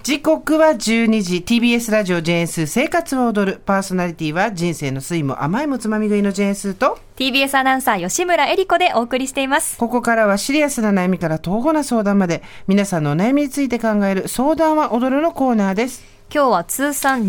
時刻は12時 TBS ラジオジェーンスー生活を踊る。パーソナリティは人生の酸いも甘いもつまみ食いのジェーンスーと TBS アナウンサー吉村恵里子でお送りしています。 ここからはシリアスな悩みから東方な相談まで皆さんのお悩みについて考える相談は踊るのコーナーです。 今日は通算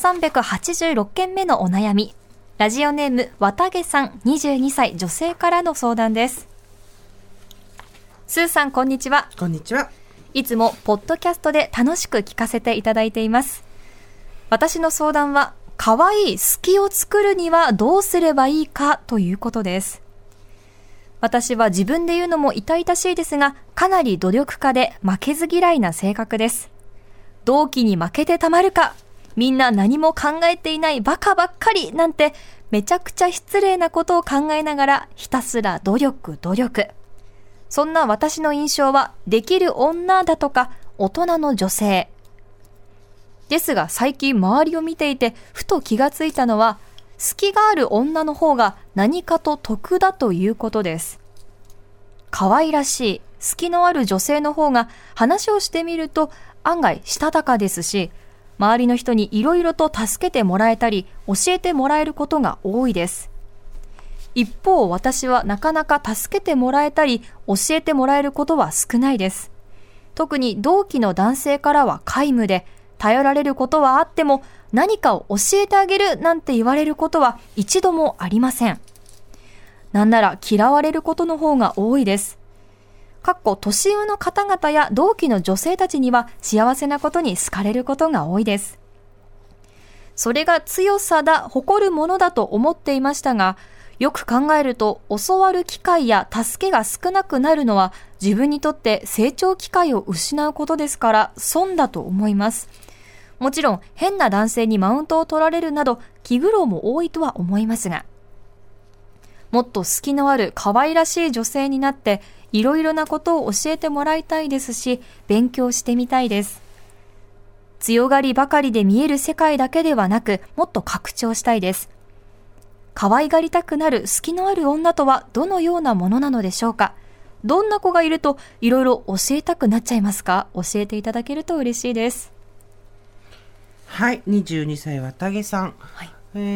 2386件目のお悩み、ラジオネーム綿毛さん22歳女性からの相談です。スーさんこんにちは。 こんにちは。 いつもポッドキャストで楽しく聞かせていただいています。私の相談は、可愛い好きを作るにはどうすればいいかということです。私は自分で言うのも痛々しいですが、かなり努力家で負けず嫌いな性格です。同期に負けてたまるか、みんな何も考えていないバカばっかりなんて、めちゃくちゃ失礼なことを考えながらひたすら努力。そんな私の印象は、できる女だとか大人の女性。ですが最近周りを見ていてふと気がついたのは、隙がある女の方が何かと得だということです。可愛らしい隙のある女性の方が話をしてみると案外したたかですし、周りの人にいろいろと助けてもらえたり教えてもらえることが多いです。一方私はなかなか助けてもらえたり教えてもらえることは少ないです。特に同期の男性からは皆無で、頼られることはあっても何かを教えてあげるなんて言われることは一度もありません。なんなら嫌われることの方が多いです。年上の方々や同期の女性たちには幸せなことに好かれることが多いです。それが強さだ、誇るものだと思っていましたが、よく考えると教わる機会や助けが少なくなるのは自分にとって成長機会を失うことですから損だと思います。もちろん変な男性にマウントを取られるなど気苦労も多いとは思いますが、もっと隙のある可愛らしい女性になっていろいろなことを教えてもらいたいですし、勉強してみたいです。強がりばかりで見える世界だけではなく、もっと拡張したいです。可愛がりたくなる隙のある女とはどのようなものなのでしょうか。どんな子がいるといろいろ教えたくなっちゃいますか。教えていただけると嬉しいです。 はい、22歳綿毛さん、はい。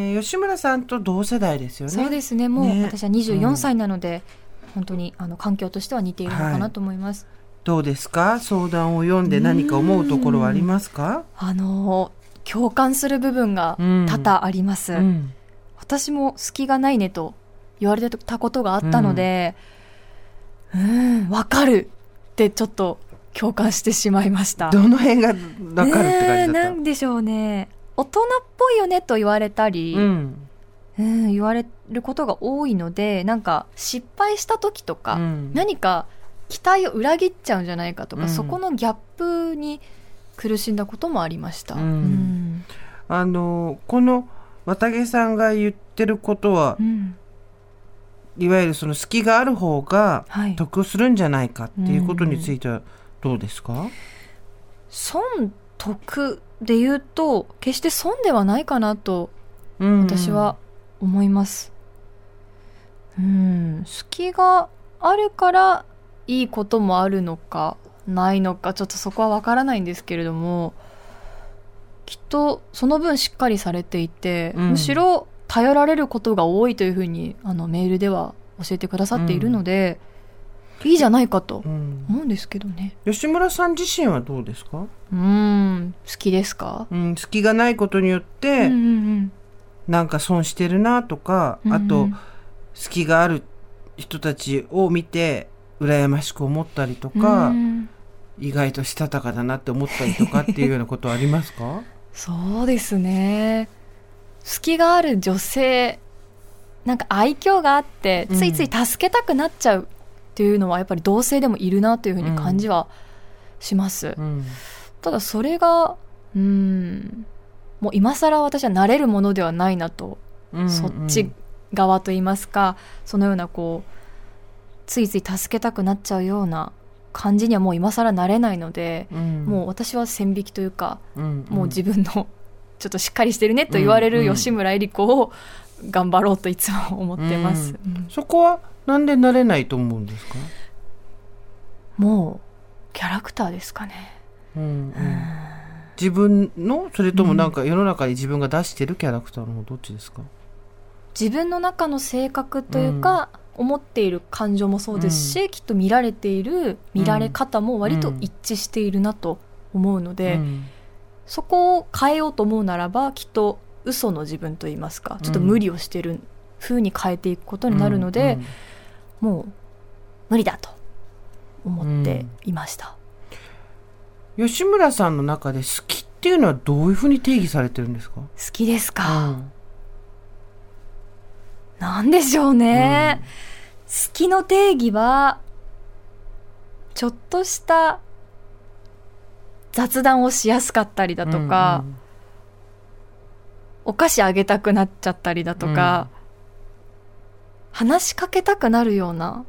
吉村さんと同世代ですよね。 そうですね。もう私は24歳なので、本当に環境としては似ているのかなと思います。はい、 どうですか。相談を読んで何か思うところはありますか。 共感する部分が多々あります。私も隙がないねと言われたことがあったので、わかるってちょっと共感してしまいました。 どの辺がわかるって感じだった。 なんでしょうね。大人っぽいよねと言われたり、言われることが多いので、なんか失敗した時とか、何か期待を裏切っちゃうんじゃないかとか、そこのギャップに苦しんだこともありました。この綿毛さんが言ってることは、いわゆるその隙がある方が得するんじゃないかっていうことについてはどうですか。 損得で言うと決して損ではないかなと私は思います。隙があるからいいこともあるのかないのか、ちょっとそこはわからないんですけれども、きっとその分しっかりされていて、むしろ頼られることが多いというふうにメールでは教えてくださっているので、いいじゃないかと思うんですけどね。 吉村さん自身はどうですか。 好きですか。 隙がないことによって、なんか損してるなとか、あと隙がある人たちを見て羨ましく思ったりとか、意外としたたかだなって思ったりとかっていうようなことはありますか。 そうですね。隙がある女性、なんか愛嬌があってついつい助けたくなっちゃうっていうのはやっぱり同性でもいるなというふうに感じはします。ただそれがもう今更私はなれるものではないなと、そっち側といいますか、そのようなついつい助けたくなっちゃうような感じにはもう今更なれないので、もう私は線引きというか、もう自分のちょっとしっかりしてるねと言われる吉村恵里子を頑張ろうといつも思ってます。 そこはなんでなれないと思うんですか。 もうキャラクターですかね。 自分の、それともなんか世の中に自分が出してるキャラクターのどっちですか？ 自分の中の性格というか、思っている感情もそうですし、きっと見られている見られ方も割と一致しているなと思うので、そこを変えようと思うならばきっと嘘の自分といいますか、ちょっと無理をしている風に変えていくことになるので、もう無理だと思っていました。 吉村さんの中で好きっていうのはどういうふうに定義されてるんですか？ 好きですか、なんでしょうね、好きの定義はちょっとした雑談をしやすかったりだとか、お菓子あげたくなっちゃったりだとか、話しかけたくなるような、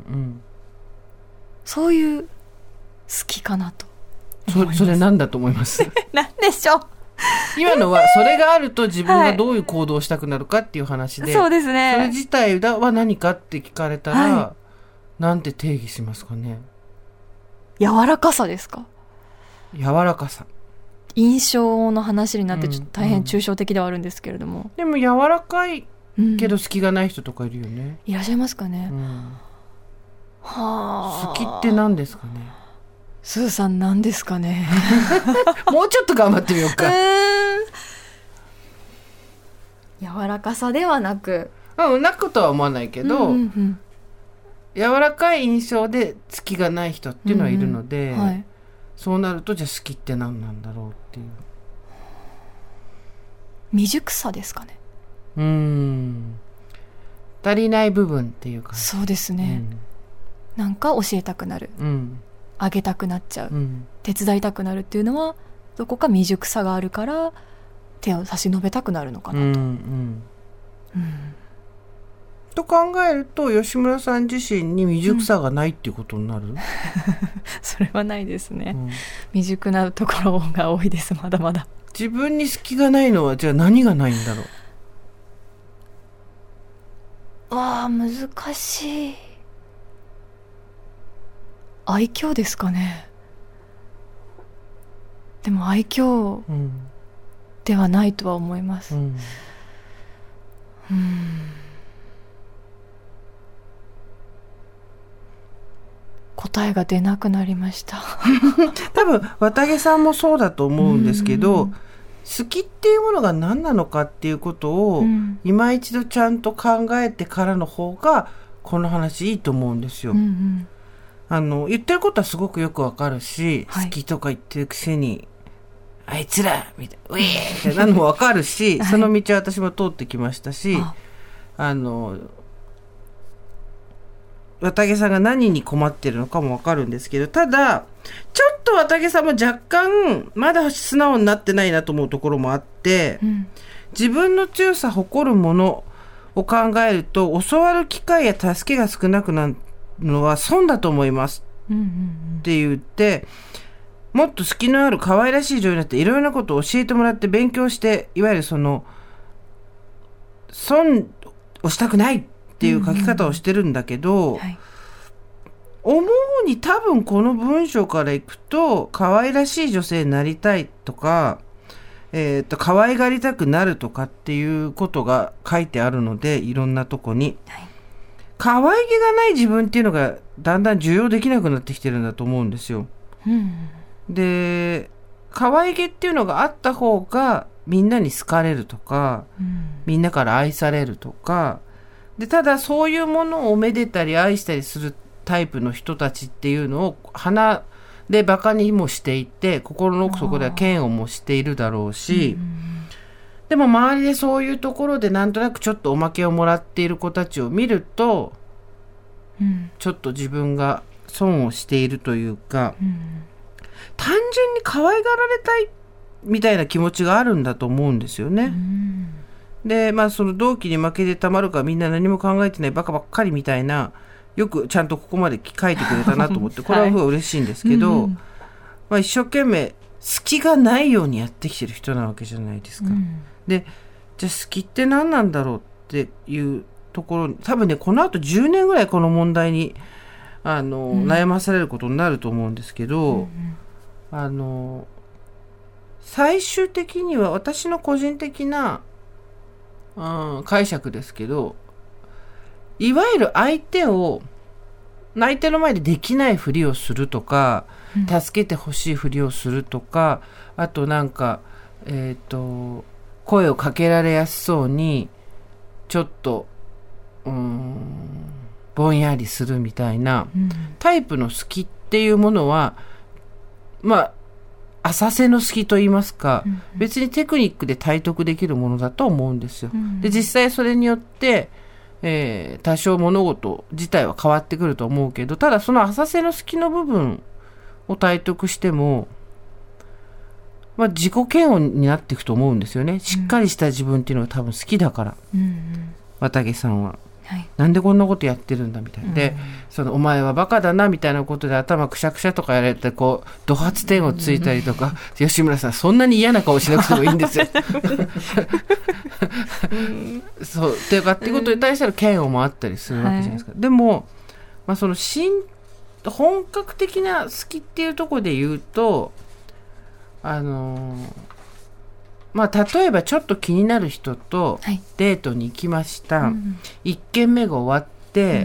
そういう好きかなと思います。 それ何だと思います？ 何でしょう。 今のはそれがあると自分がどういう行動をしたくなるかっていう話で、 そうですね。 それ自体は何かって聞かれたら、なんて定義しますかね？ 柔らかさですか？ 柔らかさ。 印象の話になってちょっと大変抽象的ではあるんですけれども、 でも柔らかいけど隙がない人とかいるよね。 いらっしゃいますかね。 好きって何ですかね？ スーさん何ですかね？ もうちょっと頑張ってみようか。 柔らかさではなく、 なくとは思わないけど、柔らかい印象で隙がない人っていうのはいるので、そうなるとじゃあ好きって何なんだろうっていう。 未熟さですかね。 足りない部分っていうか。 そうですね、なんか教えたくなる、あげたくなっちゃう、手伝いたくなるっていうのはどこか未熟さがあるから手を差し伸べたくなるのかなと、 と考えると吉村さん自身に未熟さがないっていうことになる？ それはないですね、未熟なところが多いです。まだまだ自分に隙がないのはじゃあ何がないんだろう？ 難しい。愛嬌ですかね。でも愛嬌ではないとは思います。答えが出なくなりました。 多分綿毛さんもそうだと思うんですけど、好きっていうものが何なのかっていうことを、今一度ちゃんと考えてからの方がこの話いいと思うんですよ。言ってることはすごくよくわかるし、好きとか言ってるくせにあいつらみたいなウィーってなるのもわかるし、その道は私も通ってきましたし、綿毛さんが何に困ってるのかもわかるんですけど、ただちょっと綿毛さんも若干まだ素直になってないなと思うところもあって、自分の強さ誇るものを考えると教わる機会や助けが少なくなるのは損だと思いますって言って、もっと好きのある可愛らしい女優になっていろいろなことを教えてもらって勉強して、いわゆるその損をしたくないっていう書き方をしてるんだけど、思うに多分この文章からいくと可愛らしい女性になりたいとか、可愛がりたくなるとかっていうことが書いてあるので、いろんなとこに、可愛げがない自分っていうのがだんだん受容できなくなってきてるんだと思うんですよ。で、可愛げっていうのがあった方がみんなに好かれるとか、みんなから愛されるとかで、ただそういうものをめでたり愛したりするタイプの人たちっていうのを鼻でバカにもしていて、心の奥底では嫌悪もしているだろうし、でも周りでそういうところでなんとなくちょっとおまけをもらっている子たちを見ると、ちょっと自分が損をしているというか、単純に可愛がられたいみたいな気持ちがあるんだと思うんですよね。で、その同期に負けてたまるか、みんな何も考えてないバカばっかりみたいな、よくちゃんとここまで書いてくれたなと思ってこれは嬉しいんですけど、一生懸命隙がないようにやってきてる人なわけじゃないですか。で、じゃあ好きって何なんだろうっていうところに、多分ねこの後10年ぐらいこの問題に悩まされることになると思うんですけど、 最終的には私の個人的な、解釈ですけど、いわゆる相手の前でできないふりをするとか、助けてほしいふりをするとか、あとなんか、声をかけられやすそうにちょっとぼんやりするみたいな、タイプの好きっていうものは浅瀬の好きと言いますか、別にテクニックで体得できるものだと思うんですよ。で、実際それによって多少物事自体は変わってくると思うけど、ただその浅瀬の好きの部分を体得しても、自己嫌悪になっていくと思うんですよね。しっかりした自分っていうのが多分好きだから、綿毛さんは、なんでこんなことやってるんだみたいな、でお前はバカだなみたいなことで頭くしゃくしゃとかやられてこう怒発点をついたりとか吉村さんそんなに嫌な顔しなくてもいいんですよそうっていうことに対しての嫌悪もあったりするわけじゃないですか、でも、その本格的な好きっていうところで言うと例えばちょっと気になる人とデートに行きました、1軒目が終わって、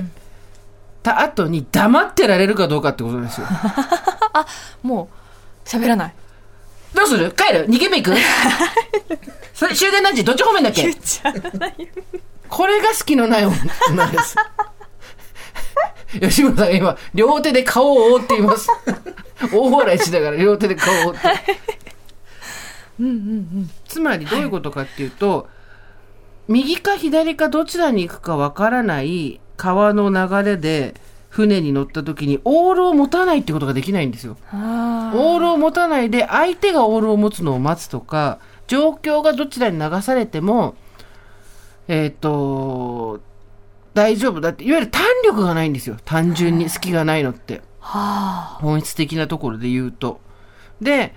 た後に黙ってられるかどうかってことですよもう喋らない。 どうする？帰る？ 2 軒目行くそれ終電何時？どっち方面だっけ？ 言っちゃわないよこれが好きのない女です吉村さんが今両手で顔を覆っています大笑いしながら両手で顔を覆ってつまりどういうことかっていうと、右か左かどちらに行くかわからない川の流れで船に乗った時にオールを持たないってことができないんですよ。オールを持たないで相手がオールを持つのを待つとか、状況がどちらに流されても大丈夫だって、いわゆる胆力がないんですよ。単純に好きがないのって、本質的なところで言うと。で、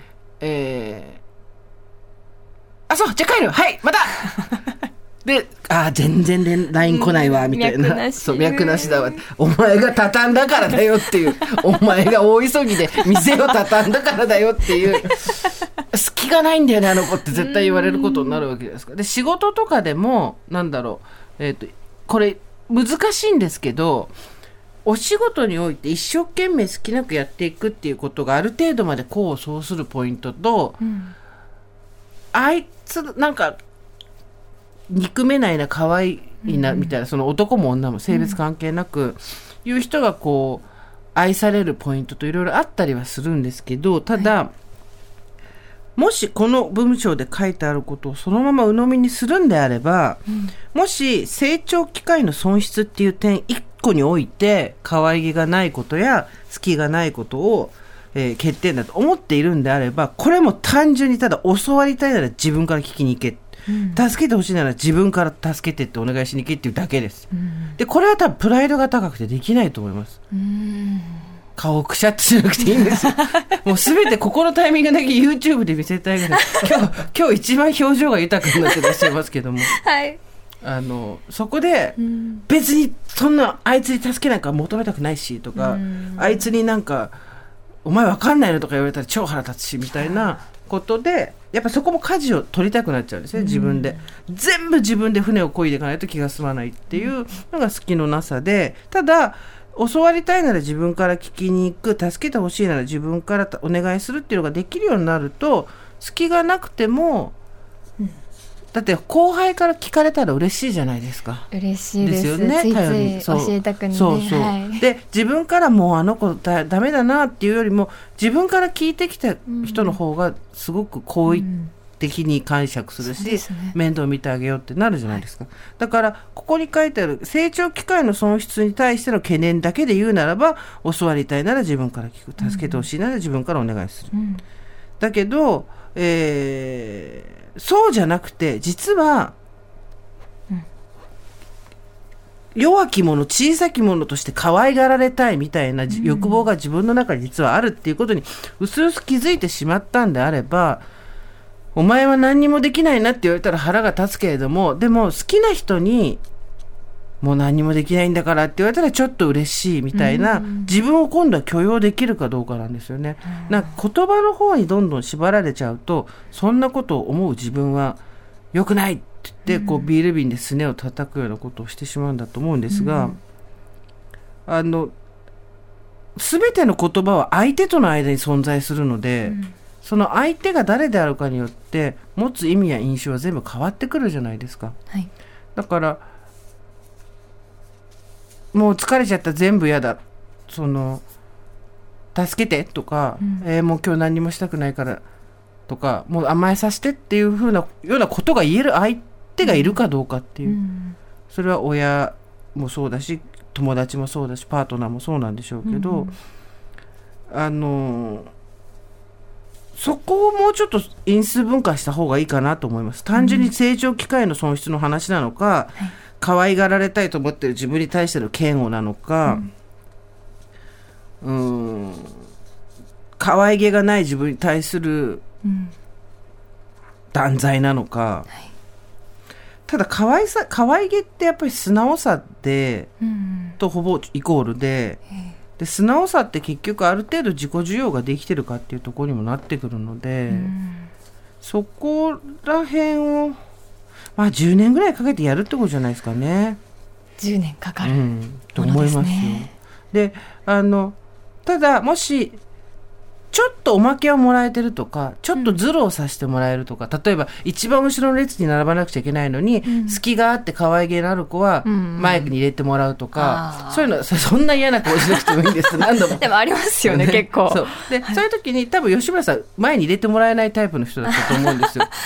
そうじゃあ帰る、はいまたで、全然 LINE 来ないわみたいな、脈なしだわ、お前が畳んだからだよっていうお前が大急ぎで店を畳んだからだよっていう好きがないんだよねあの子って絶対言われることになるわけですから。で、仕事とかでもこれ難しいんですけど、お仕事において一生懸命好きなくやっていくっていうことがある程度まで功を奏するポイントと、あいつなんか憎めないな可愛いなみたいな、その男も女も性別関係なく、いう人がこう愛されるポイントといろいろあったりはするんですけど、ただ、もしこの文章で書いてあることをそのまま鵜呑みにするんであれば、もし成長機会の損失っていう点1個において可愛げがないことや好きがないことを、欠点だと思っているんであれば、これも単純にただ教わりたいなら自分から聞きに行け、助けてほしいなら自分から助けてってお願いしに行けっていうだけです、でこれは多分プライドが高くてできないと思います。顔をくしゃってしなくていいんですよもう全てここのタイミングだけ YouTube で見せたいぐらい今日一番表情が豊かになってらっしゃいますけども、そこで別にそんなあいつに助けなんか求めたくないしとか、あいつになんかお前わかんないのとか言われたら超腹立つしみたいなことで、やっぱそこも舵を取りたくなっちゃうんですね。自分で全部自分で船を漕いでいかないと気が済まないっていうのが好きのなさで、ただ教わりたいなら自分から聞きに行く、助けてほしいなら自分からお願いするっていうのができるようになると、隙がなくても、だって後輩から聞かれたら嬉しいじゃないですか。 嬉しいですよね。 ついつい教えたくなる、 で自分からもうあの子ダメだなっていうよりも、自分から聞いてきた人の方がすごく好意的に解釈するし、面倒見てあげようってなるじゃないですか、だからここに書いてある成長機会の損失に対しての懸念だけで言うならば、教わりたいなら自分から聞く、助けてほしいなら自分からお願いする、だけど、そうじゃなくて、実は、弱き者、小さき者として可愛がられたいみたいな欲望が自分の中に実はあるっていうことにうすうす気づいてしまったんであれば、お前は何にもできないなって言われたら腹が立つけれども、でも好きな人にもう何もできないんだからって言われたらちょっと嬉しいみたいな、自分を今度は許容できるかどうかなんですよね。なんか言葉の方にどんどん縛られちゃうと、そんなことを思う自分は良くないって言ってこうビール瓶ですねを叩くようなことをしてしまうんだと思うんですが、全ての言葉は相手との間に存在するので、その相手が誰であるかによって持つ意味や印象は全部変わってくるじゃないですか、 はい、 だからもう疲れちゃった全部嫌だ、その助けてとか、もう今日何もしたくないからとか、もう甘えさせてっていう風なようなことが言える相手がいるかどうかっていう、それは親もそうだし友達もそうだしパートナーもそうなんでしょうけど、そこをもうちょっと因数分解した方がいいかなと思います。単純に成長機会の損失の話なのか、可愛がられたいと思っている自分に対しての嫌悪なのか、可愛げがない自分に対する断罪なのか、ただ可愛げってやっぱり素直さで、とほぼイコールで、素直さって結局ある程度自己需要ができてるかっていうところにもなってくるので、そこら辺を10年ぐらいかけてやるってことじゃないですかね。 10年かかる、 と思いますよ。で、ただもしちょっとおまけをもらえてるとか、ちょっとズルをさせてもらえるとか、例えば一番後ろの列に並ばなくちゃいけないのに、隙があって可愛げのある子はマイクに入れてもらうとか、そういうのそんな嫌な顔しなくてもいいんです何度もでもありますよね結構そうで、そういう時に多分吉村さん前に入れてもらえないタイプの人だったと思うんですよ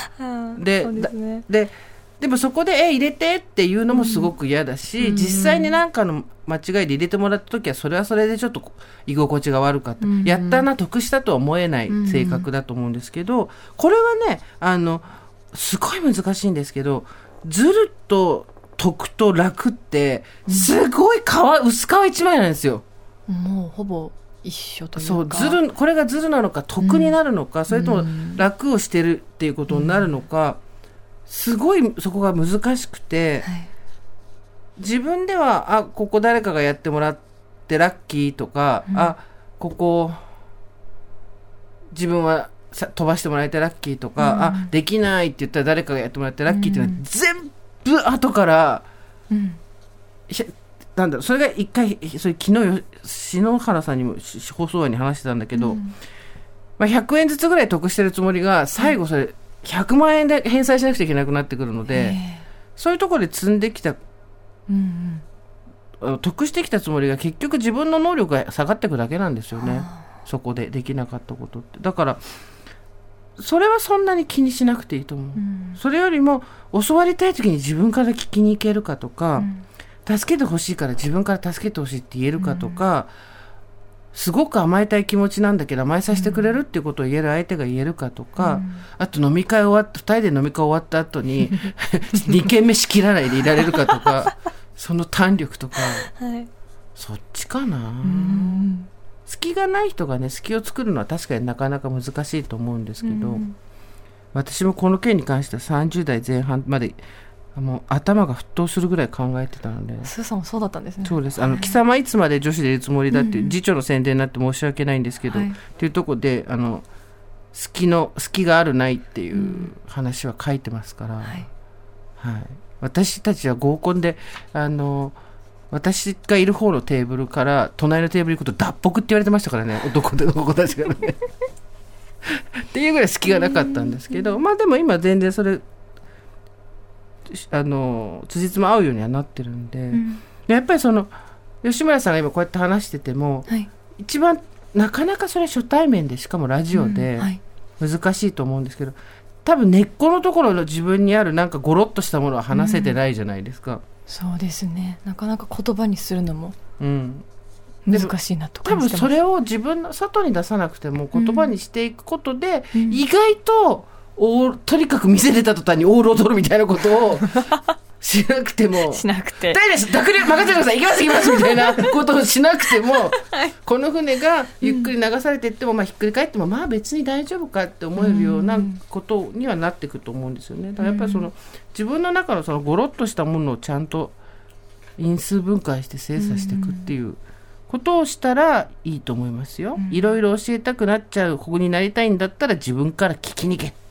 でもそこで入れてっていうのもすごく嫌だし、実際に何かの間違いで入れてもらった時はそれはそれでちょっと居心地が悪かった、やったな得したとは思えない性格だと思うんですけど、これはねすごい難しいんですけど、ずると得と楽ってすごい薄皮一枚なんですよ。 もうほぼ一緒というか、 そうこれがずるなのか得になるのか、それとも楽をしてるっていうことになるのか、すごいそこが難しくて、自分ではここ誰かがやってもらってラッキーとか、ここ自分は飛ばしてもらえてラッキーとか、できないって言ったら誰かがやってもらってラッキーっていうのは全部後から、なんだろう、それが一回それ昨日篠原さんにも放送外に話してたんだけど、100円ずつぐらい得してるつもりが最後それ100万円で返済しなくちゃいけなくなってくるので、そういうところで積んできた、得してきたつもりが結局自分の能力が下がっていくだけなんですよね。そこでできなかったことって。だからそれはそんなに気にしなくていいと思う、それよりも教わりたい時に自分から聞きに行けるかとか、助けてほしいから自分から助けてほしいって言えるかとか、すごく甘えたい気持ちなんだけど甘えさせてくれるっていうことを言える相手が言えるかとか、あと2人で飲み会終わった後に2軒目仕切らないでいられるかとかその胆力とか、そっちかな。隙がない人がね、隙を作るのは確かになかなか難しいと思うんですけど、私もこの件に関しては30代前半までもう頭が沸騰するぐらい考えてたので。 スーさんもそうだったんですね。 そうです。貴様いつまで女子でいるつもりだっていう、次長の宣伝になって申し訳ないんですけど、っていうところで隙があるないっていう話は書いてますから、私たちは合コンで私がいる方のテーブルから隣のテーブルに行くと脱北って言われてましたからね、男の子たちからねっていうぐらい隙がなかったんですけど、でも今全然それ辻褄合うようにはなってるんで、やっぱり吉村さんが今こうやって話してても、一番なかなかそれ初対面でしかもラジオで難しいと思うんですけど、多分根っこのところの自分にあるなんかゴロッとしたものは話せてないじゃないですか、 そうですね。なかなか言葉にするのも難しいなと感じてます。 多分それを自分の外に出さなくても言葉にしていくことで、意外ととにかく見せれた途端にオールを取るみたいなことをしなくてもしなくて大丈夫です、濁流任せてください、行きますみたいなことをしなくても、この船がゆっくり流されていっても、ひっくり返っても別に大丈夫かって思えるようなことにはなっていくと思うんですよね。だからやっぱり自分の中のゴロッとしたものをちゃんと因数分解して精査していくっていうことをしたらいいと思いますよ。いろいろ教えたくなっちゃう子になりたいんだったら自分から聞きに行け。